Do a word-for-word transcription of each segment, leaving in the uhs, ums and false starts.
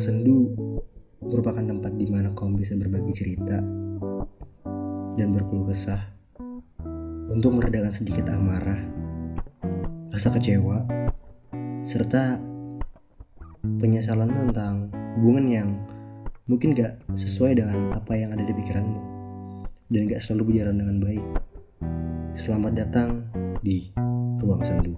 sendu merupakan tempat di mana kaum bisa berbagi cerita dan berkeluh kesah untuk meredakan sedikit amarah, rasa kecewa, serta penyesalan tentang hubungan yang mungkin gak sesuai dengan apa yang ada di pikiranmu dan gak selalu berjalan dengan baik. Selamat datang di Ruang Sendu.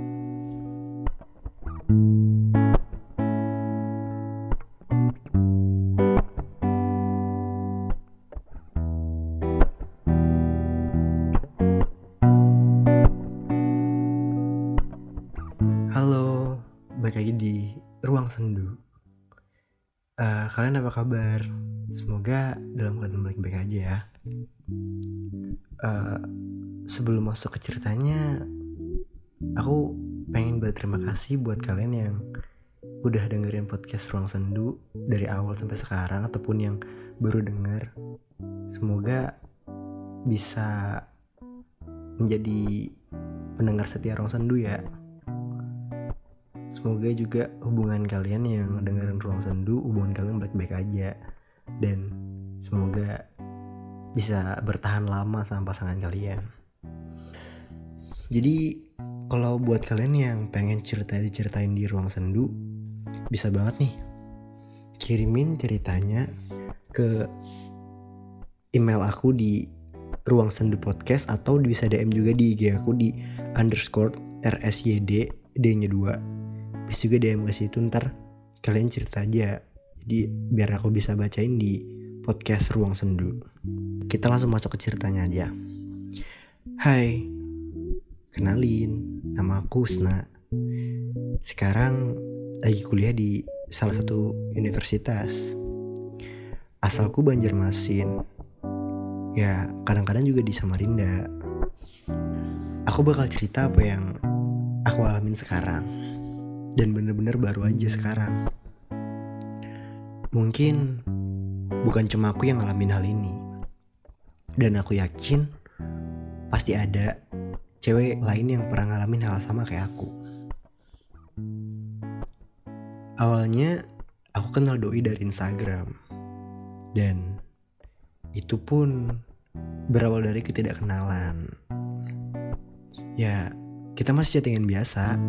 Halo, balik lagi di Ruang Sendu. uh, Kalian apa kabar? Semoga dalam keadaan baik-baik aja ya. uh, Sebelum masuk ke ceritanya, aku pengen berterima kasih buat kalian yang udah dengerin podcast Ruang Sendu dari awal sampai sekarang, ataupun yang baru denger. Semoga bisa menjadi pendengar setia Ruang Sendu ya. Semoga juga hubungan kalian yang dengerin Ruang Sendu, hubungan kalian baik-baik aja. Dan semoga bisa bertahan lama sama pasangan kalian. Jadi kalau buat kalian yang pengen cerita-ceritain di Ruang Sendu, bisa banget nih kirimin ceritanya ke email aku di Ruang Sendu Podcast, atau bisa D M juga di I G aku di underscore rsyd d-nya dua. Bisa juga D M ke situ, ntar kalian cerita aja. Jadi biar aku bisa bacain di podcast Ruang Sendu. Kita langsung masuk ke ceritanya aja. Hai, kenalin, nama aku Husna. Sekarang lagi kuliah di salah satu universitas. Asalku Banjarmasin. Ya, kadang-kadang juga di Samarinda. Aku bakal cerita apa yang aku alamin sekarang. Dan bener-bener baru aja sekarang. Mungkin bukan cuma aku yang ngalamin hal ini. Dan aku yakin pasti ada cewek lain yang pernah ngalamin hal sama kayak aku. Awalnya aku kenal doi dari Instagram. Dan itu pun berawal dari ketidakkenalan. Ya, kita masih chattingan biasa.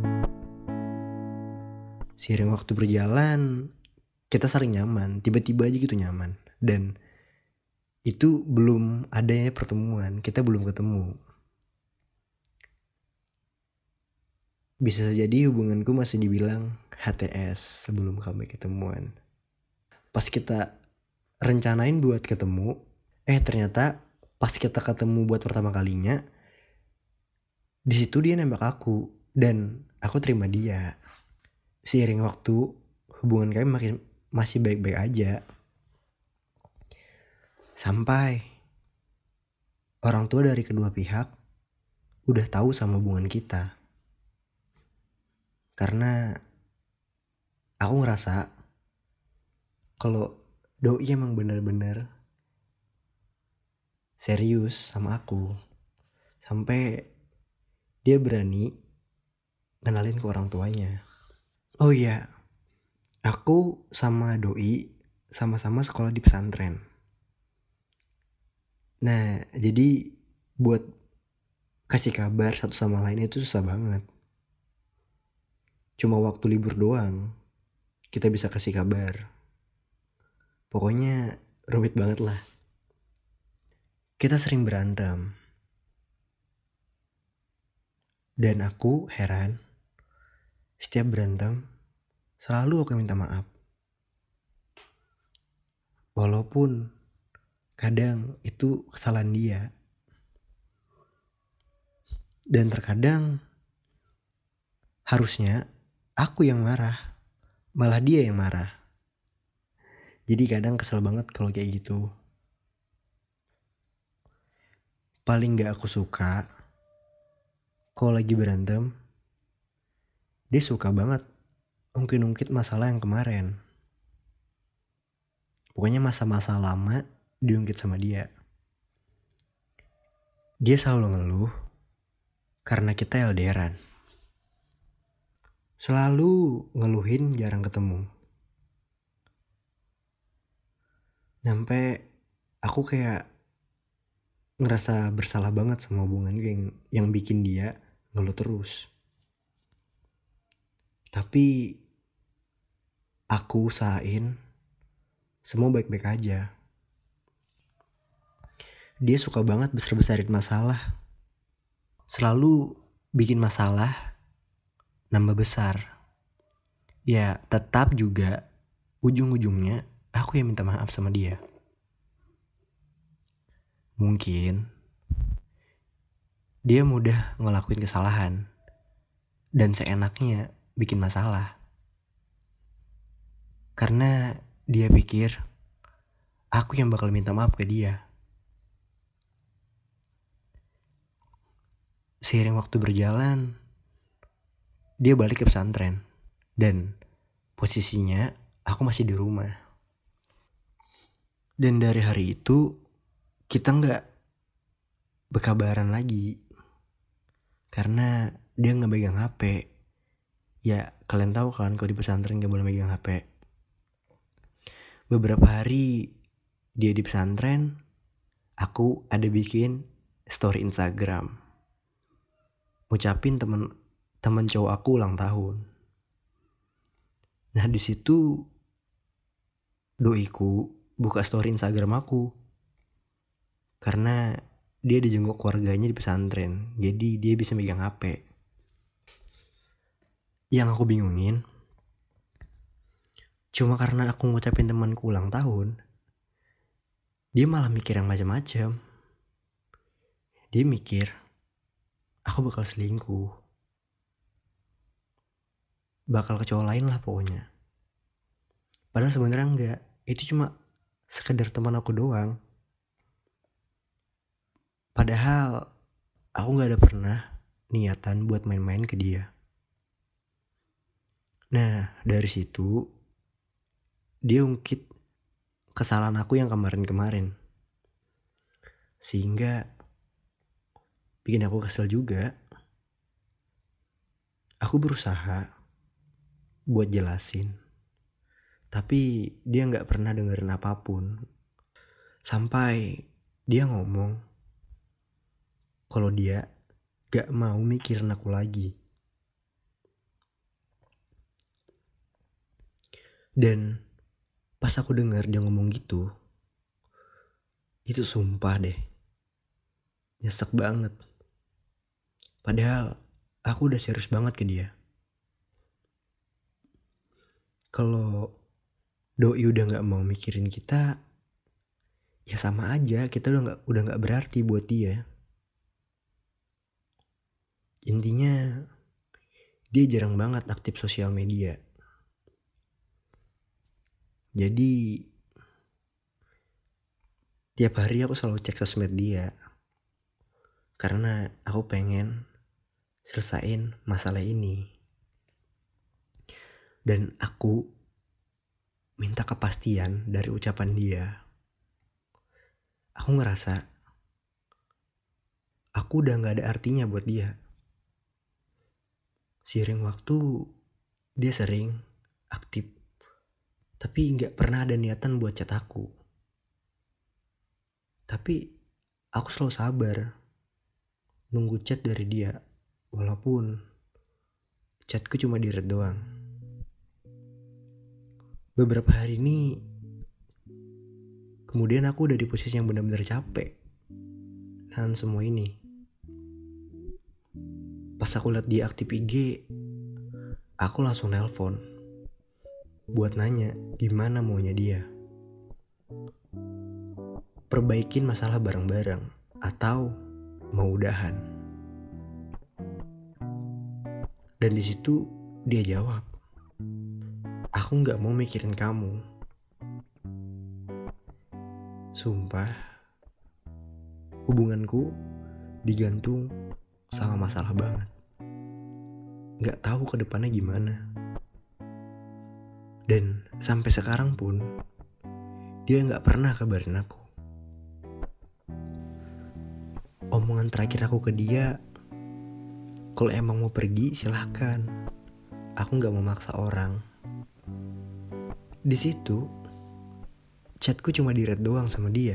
Seiring waktu berjalan, kita saling nyaman, tiba-tiba aja gitu nyaman. Dan itu belum adanya pertemuan, kita belum ketemu. Bisa jadi hubunganku masih dibilang H T S sebelum kami ketemuan. Pas kita rencanain buat ketemu, eh ternyata pas kita ketemu buat pertama kalinya, di situ dia nembak aku dan aku terima dia. Seiring waktu, hubungan kami makin masih baik-baik aja. Sampai orang tua dari kedua pihak udah tahu sama hubungan kita. Karena aku ngerasa kalau doi emang bener-bener serius sama aku. Sampai dia berani kenalin ke orang tuanya. Oh iya, aku sama doi sama-sama sekolah di pesantren. Nah, jadi buat kasih kabar satu sama lain itu susah banget. Cuma waktu libur doang kita bisa kasih kabar. Pokoknya rumit banget lah. Kita sering berantem. Dan aku heran, setiap berantem selalu aku minta maaf. Walaupun kadang itu kesalahan dia. Dan terkadang harusnya aku yang marah, malah dia yang marah. Jadi kadang kesel banget kalau kayak gitu. Paling gak aku suka kalau lagi berantem, dia suka banget ungkit-ungkit masalah yang kemarin. Pokoknya masa-masa lama diungkit sama dia. Dia selalu ngeluh karena kita L D R-an. Selalu ngeluhin jarang ketemu. Nyampe aku kayak ngerasa bersalah banget sama hubungan gue yang, yang bikin dia ngeluh terus. Tapi aku usahain semua baik-baik aja. Dia suka banget besar-besarin masalah. Selalu bikin masalah nambah besar. Ya tetap juga ujung-ujungnya aku yang minta maaf sama dia. Mungkin dia mudah ngelakuin kesalahan dan seenaknya bikin masalah. Karena dia pikir aku yang bakal minta maaf ke dia. Seiring waktu berjalan, dia balik ke pesantren. Dan posisinya aku masih di rumah. Dan dari hari itu kita gak berkabaran lagi. Karena dia gak megang H P. Ya kalian tahu kan kalau di pesantren gak boleh megang H P. Beberapa hari dia di pesantren, aku ada bikin story Instagram. Ngucapin temen temen cowok aku ulang tahun. Nah di situ doiku buka story Instagram aku karena dia dijenguk keluarganya di pesantren, jadi dia bisa megang H P. Yang aku bingungin, cuma karena aku ngucapin temanku ulang tahun, dia malah mikir yang macam-macam. Dia mikir aku bakal selingkuh, bakal ke cowok lain lah pokoknya. Padahal sebenarnya enggak, itu cuma sekedar teman aku doang. Padahal aku gak ada pernah niatan buat main-main ke dia. Nah dari situ dia ungkit kesalahan aku yang kemarin-kemarin, sehingga bikin aku kesel juga. Aku berusaha buat jelasin, tapi dia gak pernah dengerin apapun. Sampai dia ngomong kalau dia gak mau mikirin aku lagi. Dan pas aku denger dia ngomong gitu, itu sumpah deh, nyesek banget. Padahal aku udah serius banget ke dia. Kalau doi udah gak mau mikirin kita, ya sama aja, kita udah gak, udah gak berarti buat dia. Intinya dia jarang banget aktif sosial media. Jadi tiap hari aku selalu cek sosmed dia, karena aku pengen selesain masalah ini. Dan aku minta kepastian dari ucapan dia. Aku ngerasa aku udah gak ada artinya buat dia. Seiring waktu dia sering aktif, tapi gak pernah ada niatan buat chat aku. Tapi aku selalu sabar nunggu chat dari dia, walaupun chatku cuma di read doang. Beberapa hari ini kemudian aku udah di posisi yang benar-benar capek nahan semua ini. Pas aku liat dia aktif I G, aku langsung nelpon buat nanya gimana maunya dia. Perbaikin masalah bareng-bareng atau mau udahan. Dan di situ dia jawab, aku nggak mau mikirin kamu. Sumpah, hubunganku digantung sama masalah banget. Nggak tahu ke depannya gimana. Dan sampai sekarang pun dia nggak pernah kabarin aku. Omongan terakhir aku ke dia, kalau emang mau pergi silahkan, aku nggak mau maksa orang. Di situ chatku cuma di read doang sama dia.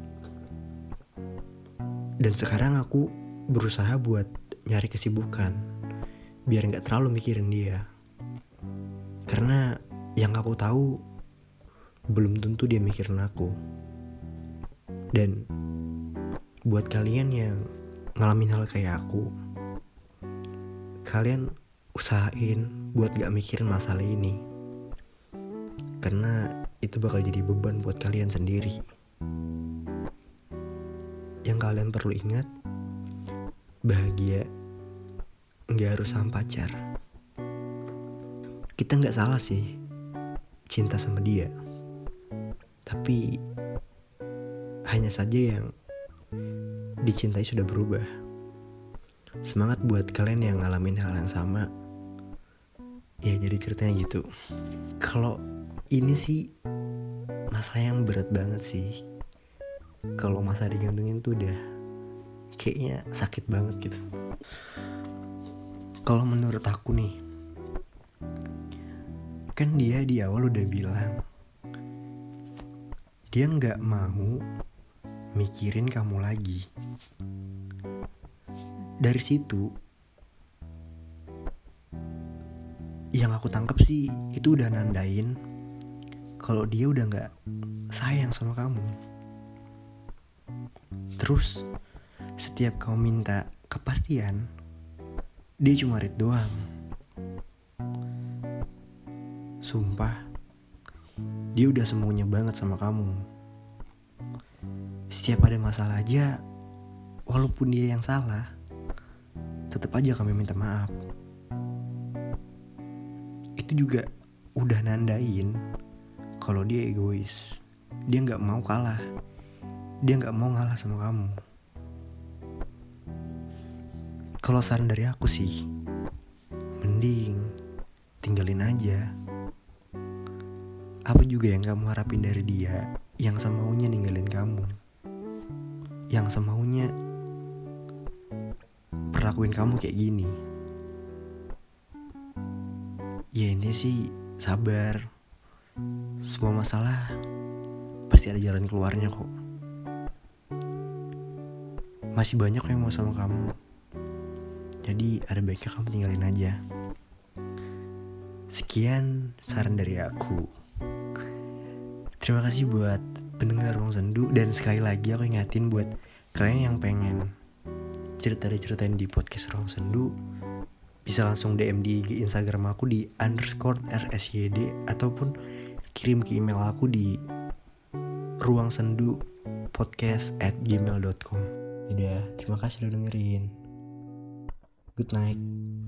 Dan sekarang aku berusaha buat nyari kesibukan biar gak terlalu mikirin dia. Karena yang aku tahu belum tentu dia mikirin aku. Dan buat kalian yang ngalamin hal kayak aku, kalian usahain buat gak mikirin masalah ini, karena itu bakal jadi beban buat kalian sendiri. Yang kalian perlu ingat, bahagia gak harus sama pacar. Kita gak salah sih cinta sama dia, tapi hanya saja yang dicintai sudah berubah. Semangat buat kalian yang ngalamin hal yang sama. Ya jadi ceritanya gitu. Kalau ini sih masalah yang berat banget sih. Kalau masa digantungin tuh udah kayaknya sakit banget gitu. Kalau menurut aku nih, kan dia di awal udah bilang dia gak mau mikirin kamu lagi. Dari situ yang aku tangkap sih itu udah nandain kalau dia udah gak sayang sama kamu. Terus setiap kamu minta kepastian, dia cuma read doang. Sumpah, dia udah semuanya banget sama kamu. Setiap ada masalah aja, walaupun dia yang salah, tetap aja kami minta maaf. Itu juga udah nandain kalau dia egois. Dia gak mau kalah. Dia gak mau ngalah sama kamu. Kalau saran dari aku sih, mending tinggalin aja. Apa juga yang kamu harapin dari dia yang semaunya ninggalin kamu, yang semaunya perlakuin kamu kayak gini? Ya ini sih sabar. Semua masalah pasti ada jalan keluarnya kok. Masih banyak yang mau sama kamu, jadi ada baiknya kamu tinggalin aja. Sekian saran dari aku. Terima kasih buat pendengar Ruang Sendu. Dan sekali lagi aku ingatin buat kalian yang pengen cerita-ceritain di podcast Ruang Sendu, bisa langsung D M di I G Instagram aku di underscore rsyd, ataupun kirim ke email aku di ruangsendu podcast at gmail dot com. Udah, terima kasih udah dengerin. Good night.